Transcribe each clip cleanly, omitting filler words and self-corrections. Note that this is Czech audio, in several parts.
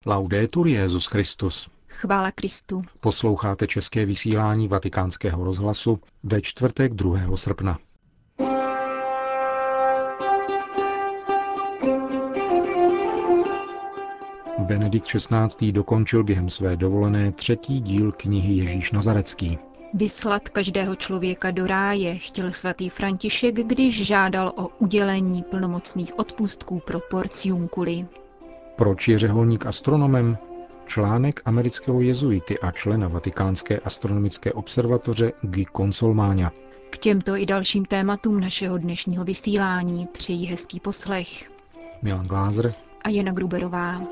Laudetur Jesus Christus. Chvála Kristu. Posloucháte české vysílání Vatikánského rozhlasu ve čtvrtek 2. srpna. Benedikt XVI. Dokončil během své dovolené 3. díl knihy Ježíš Nazarecký. Vyslat každého člověka do ráje chtěl svatý František, když žádal o udělení plnomocných odpustků pro porciunculi. Proč je řeholník astronomem? Článek amerického jezuity a člena Vatikánské astronomické observatoře Guy Consolmagna. K těmto i dalším tématům našeho dnešního vysílání přejí hezký poslech Milan Glázer a Jana Gruberová.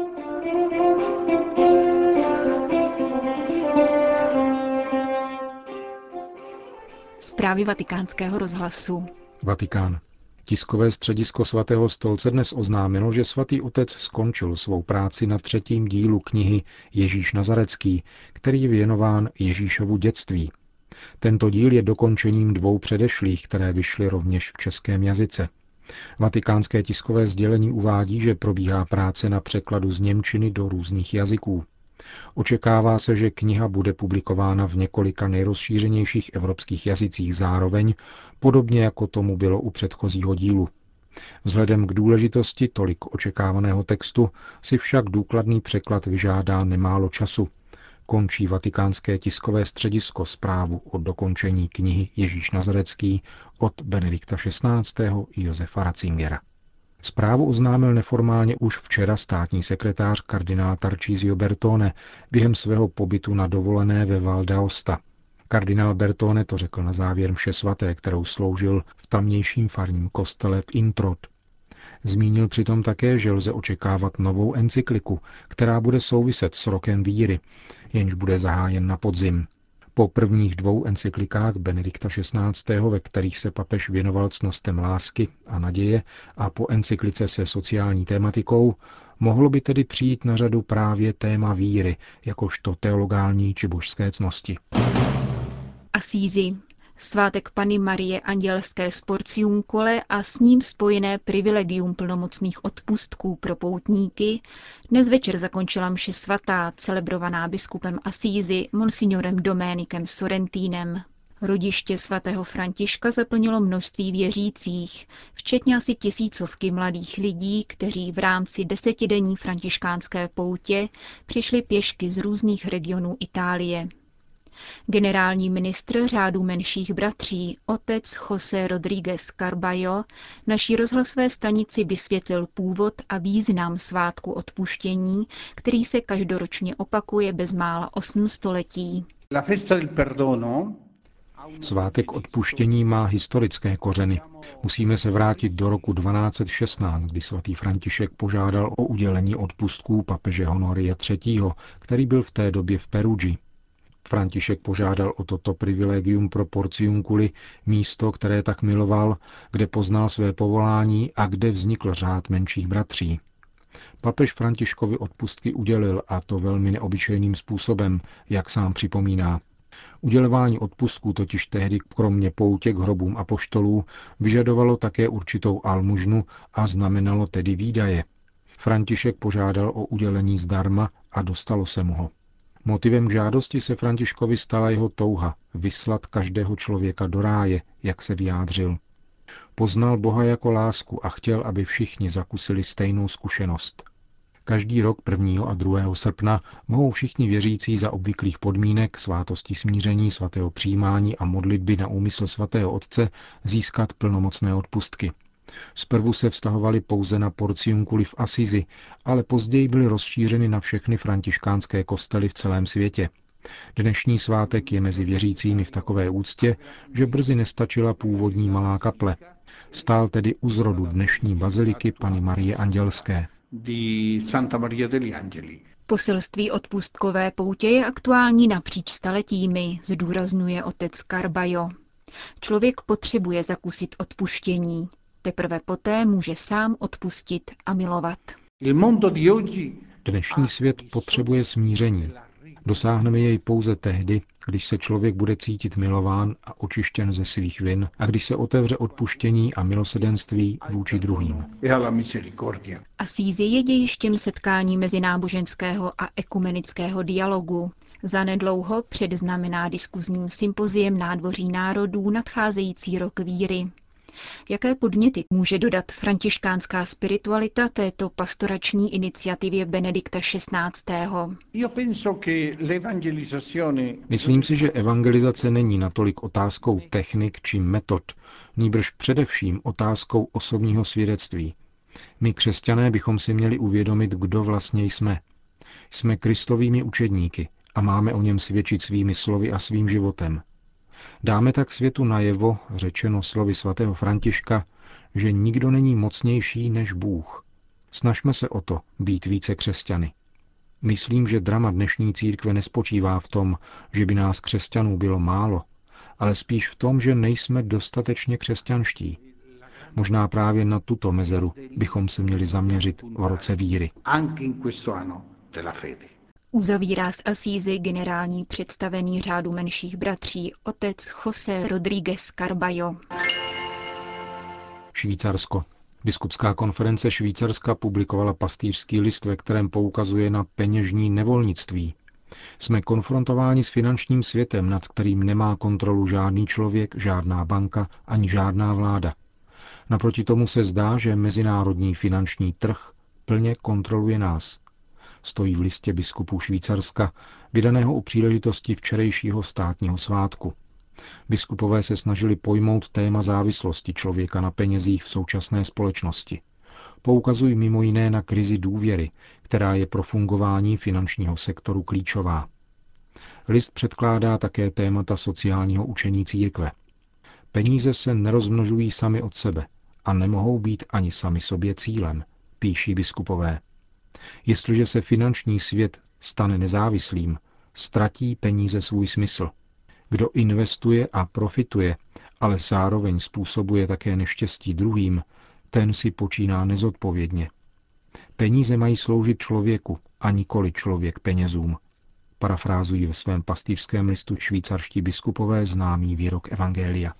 Zprávy Vatikánského rozhlasu. Vatikán. Tiskové středisko svatého stolce dnes oznámilo, že svatý otec skončil svou práci na 3. dílu knihy Ježíš Nazarecký, který je věnován Ježíšovu dětství. Tento díl je dokončením 2 předešlých, které vyšly rovněž v českém jazyce. Vatikánské tiskové sdělení uvádí, že probíhá práce na překladu z němčiny do různých jazyků. Očekává se, že kniha bude publikována v několika nejrozšířenějších evropských jazycích zároveň, podobně jako tomu bylo u předchozího dílu. Vzhledem k důležitosti tolik očekávaného textu si však důkladný překlad vyžádá nemálo času. Končí Vatikánské tiskové středisko zprávu o dokončení knihy Ježíš Nazarecký od Benedikta XVI. I Josefa Ratzingera. Zprávu oznámil neformálně už včera státní sekretář kardinál Tarcisio Bertone během svého pobytu na dovolené ve Val d'Aosta. Kardinál Bertone to řekl na závěr mše svaté, kterou sloužil v tamnějším farním kostele v Introd. Zmínil přitom také, že lze očekávat novou encykliku, která bude souviset s rokem víry, jenž bude zahájen na podzim. Po prvních 2 encyklikách Benedikta XVI., ve kterých se papež věnoval ctnostem lásky a naděje, a po encyklice se sociální tématikou, mohlo by tedy přijít na řadu právě téma víry, jakožto teologální či božské ctnosti. Asízi. Svátek Panny Marie Andělské z Porciuncule a s ním spojené privilegium plnomocných odpustků pro poutníky dnes večer zakončila mše svatá, celebrovaná biskupem Asízi monsignorem Doménikem Sorrentínem. Rodiště svatého Františka zaplnilo množství věřících, včetně asi 1000 mladých lidí, kteří v rámci 10denní františkánské poutě přišli pěšky z různých regionů Itálie. Generální ministr řádu menších bratří, otec José Rodríguez Carballo, naší rozhlasové stanici vysvětlil původ a význam svátku odpuštění, který se každoročně opakuje bezmála 8 století. Svátek odpuštění má historické kořeny. Musíme se vrátit do roku 1216, kdy svatý František požádal o udělení odpustků papeže Honoria III., který byl v té době v Perugii. František požádal o toto privilegium pro porciunculi, místo, které tak miloval, kde poznal své povolání a kde vznikl řád menších bratří. Papež Františkovi odpustky udělil, a to velmi neobyčejným způsobem, jak sám připomíná. Udělování odpustků totiž tehdy kromě poutě k hrobům apoštolů vyžadovalo také určitou almužnu a znamenalo tedy výdaje. František požádal o udělení zdarma a dostalo se mu ho. Motivem k žádosti se Františkovi stala jeho touha vyslat každého člověka do ráje, jak se vyjádřil. Poznal Boha jako lásku a chtěl, aby všichni zakusili stejnou zkušenost. Každý rok 1. a 2. srpna mohou všichni věřící za obvyklých podmínek svátosti smíření, svatého přijímání a modlitby na úmysl svatého otce získat plnomocné odpustky. Zprvu se vztahovaly pouze na porciunculi v Asízi, ale později byly rozšířeny na všechny františkánské kostely v celém světě. Dnešní svátek je mezi věřícími v takové úctě, že brzy nestačila původní malá kaple. Stál tedy u zrodu dnešní baziliky Panny Marie Andělské. Poselství odpustkové poutě je aktuální napříč staletími, zdůrazňuje otec Carballo. Člověk potřebuje zakusit odpuštění. Teprve poté může sám odpustit a milovat. Dnešní svět potřebuje smíření. Dosáhneme jej pouze tehdy, když se člověk bude cítit milován a očištěn ze svých vin a když se otevře odpuštění a milosrdenství vůči druhým. Asízi je dějištěm setkání mezináboženského a ekumenického dialogu. Zanedlouho předznamená diskuzním sympoziem Nádvoří národů nadcházející rok víry. Jaké podněty může dodat františkánská spiritualita této pastorační iniciativě Benedikta XVI. Myslím si, že evangelizace není natolik otázkou technik či metod, nýbrž především otázkou osobního svědectví. My, křesťané, bychom si měli uvědomit, kdo vlastně jsme. Jsme Kristovými učedníky a máme o něm svědčit svými slovy a svým životem. Dáme tak světu najevo, řečeno slovy svatého Františka, že nikdo není mocnější než Bůh. Snažme se o to být více křesťany. Myslím, že drama dnešní církve nespočívá v tom, že by nás křesťanů bylo málo, ale spíš v tom, že nejsme dostatečně křesťanští. Možná právě na tuto mezeru bychom se měli zaměřit v roce víry. Uzavírá z Asízy generální představený řádu menších bratří otec José Rodríguez Carballo. Švýcarsko. Biskupská konference Švýcarska publikovala pastýřský list, ve kterém poukazuje na peněžní nevolnictví. Jsme konfrontováni s finančním světem, nad kterým nemá kontrolu žádný člověk, žádná banka ani žádná vláda. Naproti tomu se zdá, že mezinárodní finanční trh plně kontroluje nás. Stojí v listě biskupů Švýcarska, vydaného u příležitosti včerejšího státního svátku. Biskupové se snažili pojmout téma závislosti člověka na penězích v současné společnosti. Poukazují mimo jiné na krizi důvěry, která je pro fungování finančního sektoru klíčová. List předkládá také témata sociálního učení církve. Peníze se nerozmnožují sami od sebe a nemohou být ani sami sobě cílem, píší biskupové. Jestliže se finanční svět stane nezávislým, ztratí peníze svůj smysl. Kdo investuje a profituje, ale zároveň způsobuje také neštěstí druhým, ten si počíná nezodpovědně. Peníze mají sloužit člověku a nikoli člověk penězům. Parafrázují ve svém pastýřském listu švýcarští biskupové známý výrok evangelia.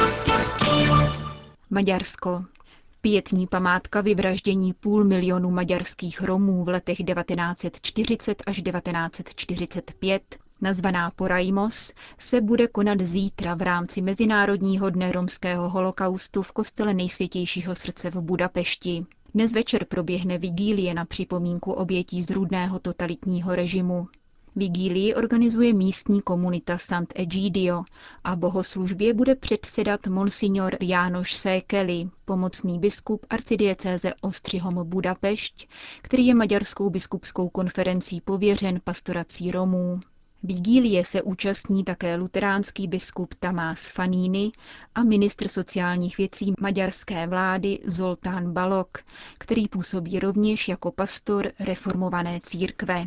Maďarsko. Pietní památka vyvraždění 500 000 maďarských Romů v letech 1940 až 1945, nazvaná Porajmos, se bude konat zítra v rámci Mezinárodního dne romského holokaustu v kostele Nejsvětějšího srdce v Budapešti. Dnes večer proběhne vigílie na připomínku obětí zrůdného totalitního režimu. Vigílii organizuje místní komunita Sant'Egidio a bohoslužbě bude předsedat monsignor Jánoš Székely, pomocný biskup arcidiecéze Ostřihom Budapešť, který je maďarskou biskupskou konferencí pověřen pastorací Romů. Vigílie se účastní také luteránský biskup Tamás Fanini a ministr sociálních věcí maďarské vlády Zoltán Balog, který působí rovněž jako pastor reformované církve.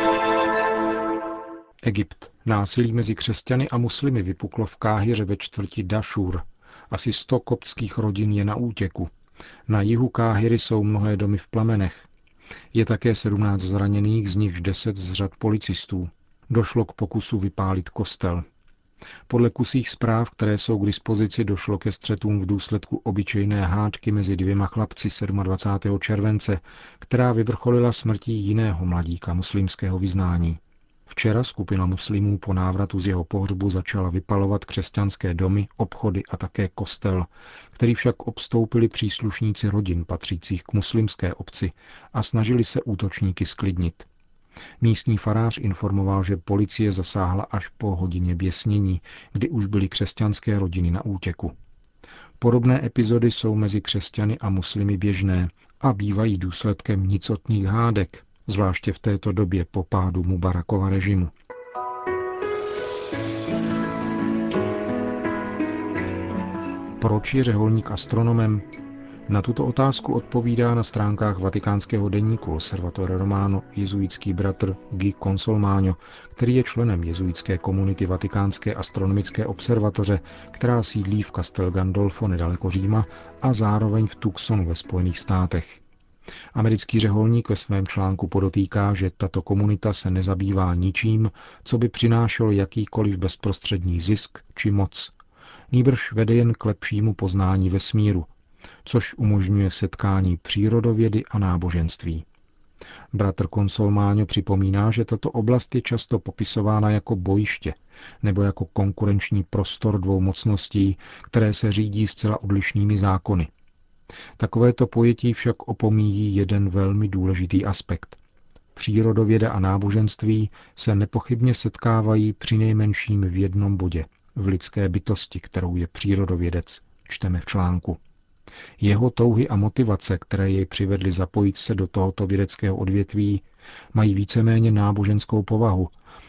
Egypt. Násilí mezi křesťany a muslimy vypuklo v Káhiře ve čtvrti Dašur. Asi 100 koptských rodin je na útěku. Na jihu Káhiry jsou mnohé domy v plamenech. Je také 17 zraněných, z nichž 10 z řad policistů. Došlo k pokusu vypálit kostel. Podle kusích zpráv, které jsou k dispozici, došlo ke střetům v důsledku obyčejné hádky mezi dvěma chlapci 27. července, která vyvrcholila smrtí jiného mladíka muslimského vyznání. Včera skupina muslimů po návratu z jeho pohřbu začala vypalovat křesťanské domy, obchody a také kostel, který však obstoupili příslušníci rodin patřících k muslimské obci a snažili se útočníky sklidnit. Místní farář informoval, že policie zasáhla až po hodině běsnění, kdy už byly křesťanské rodiny na útěku. Podobné epizody jsou mezi křesťany a muslimy běžné a bývají důsledkem nicotných hádek, zvláště v této době po pádu Mubarakova režimu. Proč je řeholník astronomem? Na tuto otázku odpovídá na stránkách vatikánského deníku Osservatore Romano jezuitský bratr Guy Consolmagno, který je členem jezuitské komunity Vatikánské astronomické observatoře, která sídlí v Castel Gandolfo nedaleko Říma a zároveň v Tucsonu ve Spojených státech. Americký řeholník ve svém článku podotýká, že tato komunita se nezabývá ničím, co by přinášelo jakýkoliv bezprostřední zisk či moc. Nýbrž vede jen k lepšímu poznání vesmíru, což umožňuje setkání přírodovědy a náboženství. Bratr Consolmagno připomíná, že tato oblast je často popisována jako bojiště nebo jako konkurenční prostor dvou mocností, které se řídí zcela odlišnými zákony. Takovéto pojetí však opomíjí jeden velmi důležitý aspekt. Přírodověda a náboženství se nepochybně setkávají přinejmenším v jednom bodě, v lidské bytosti, kterou je přírodovědec, čteme v článku. Jeho touhy a motivace, které jej přivedly zapojit se do tohoto vědeckého odvětví, mají víceméně náboženskou povahu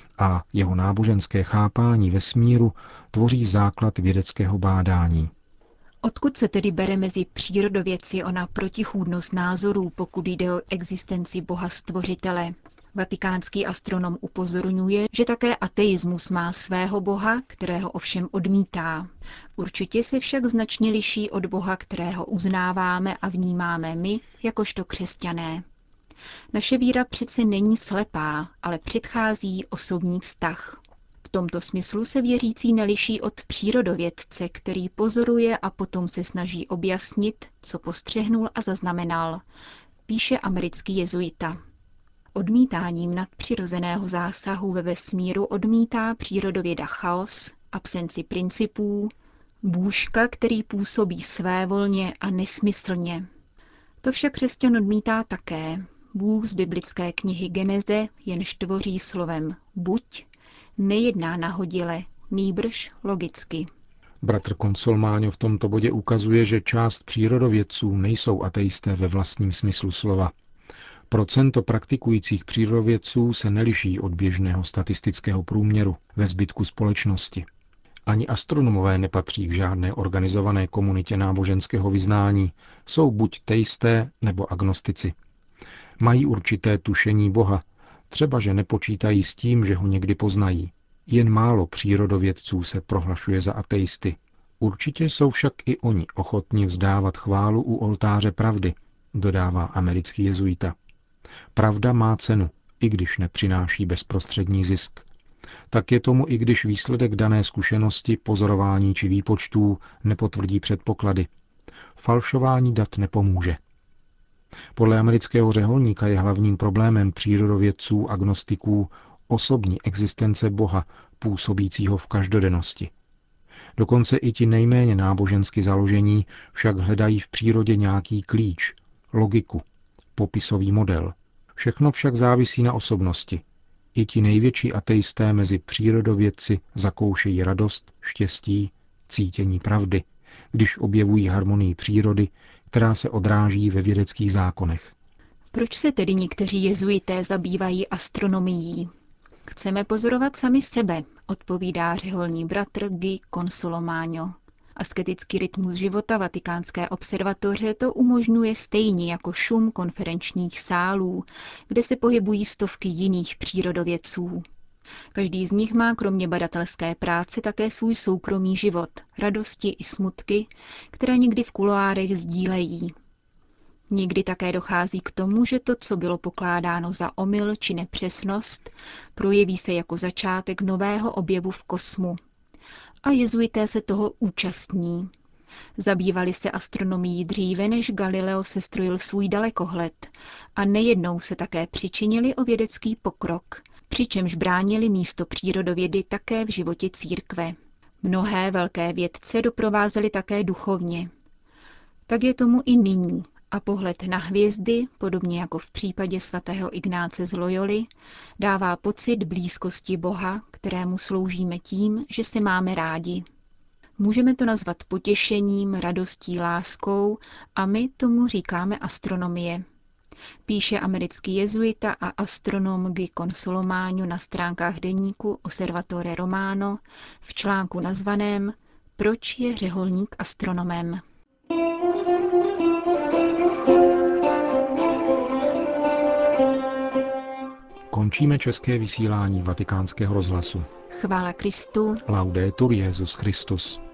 a jeho náboženské chápání vesmíru tvoří základ vědeckého bádání. Odkud se tedy bere mezi přírodovědci ona protichůdnost názorů, pokud jde o existenci Boha Stvořitele? Vatikánský astronom upozorňuje, že také ateismus má svého Boha, kterého ovšem odmítá. Určitě se však značně liší od Boha, kterého uznáváme a vnímáme my, jakožto křesťané. Naše víra přece není slepá, ale předchází osobní vztah. V tomto smyslu se věřící neliší od přírodovědce, který pozoruje a potom se snaží objasnit, co postřehnul a zaznamenal, píše americký jezuita. Odmítáním nadpřirozeného zásahu ve vesmíru odmítá přírodověda chaos, absenci principů, bůžka, který působí svévolně a nesmyslně. To však křesťan odmítá také. Bůh z biblické knihy Geneze, jenž tvoří slovem buď, nejedná nahodile, nýbrž logicky. Bratr Consolmagno v tomto bodě ukazuje, že část přírodovědců nejsou ateisté ve vlastním smyslu slova. Procento praktikujících přírodovědců se neliší od běžného statistického průměru ve zbytku společnosti. Ani astronomové nepatří k žádné organizované komunitě náboženského vyznání, jsou buď teisté nebo agnostici. Mají určité tušení Boha, třeba že nepočítají s tím, že ho někdy poznají. Jen málo přírodovědců se prohlašuje za ateisty. Určitě jsou však i oni ochotni vzdávat chválu u oltáře pravdy, dodává americký jezuita. Pravda má cenu, i když nepřináší bezprostřední zisk. Tak je tomu, i když výsledek dané zkušenosti, pozorování či výpočtů nepotvrdí předpoklady. Falšování dat nepomůže. Podle amerického řeholníka je hlavním problémem přírodovědců agnostiků osobní existence Boha, působícího v každodennosti. Dokonce i ti nejméně nábožensky založení však hledají v přírodě nějaký klíč, logiku, popisový model. Všechno však závisí na osobnosti. I ti největší ateisté mezi přírodovědci zakoušejí radost, štěstí, cítění pravdy, když objevují harmonii přírody, která se odráží ve vědeckých zákonech. Proč se tedy někteří jezuité zabývají astronomií? Chceme pozorovat sami sebe, odpovídá řeholní bratr Guy Consolmagno. Asketický rytmus života Vatikánské observatoře to umožňuje stejně jako šum konferenčních sálů, kde se pohybují stovky jiných přírodovědců. Každý z nich má kromě badatelské práce také svůj soukromý život, radosti i smutky, které někdy v kuloárech sdílejí. Někdy také dochází k tomu, že to, co bylo pokládáno za omyl či nepřesnost, projeví se jako začátek nového objevu v kosmu. A jezuité se toho účastní. Zabývali se astronomií dříve, než Galileo sestrojil svůj dalekohled a nejednou se také přičinili o vědecký pokrok, přičemž bránili místo přírodovědy také v životě církve. Mnohé velké vědce doprovázeli také duchovně. Tak je tomu i nyní a pohled na hvězdy, podobně jako v případě svatého Ignáce z Loyoly, dává pocit blízkosti Boha, kterému sloužíme tím, že se máme rádi. Můžeme to nazvat potěšením, radostí, láskou a my tomu říkáme astronomie. Píše americký jezuita a astronom Guy Consolmagno na stránkách deníku Osservatore Romano v článku nazvaném Proč je řeholník astronomem? Končíme české vysílání Vatikánského rozhlasu. Chvála Kristu. Laudetur Jesus Christus.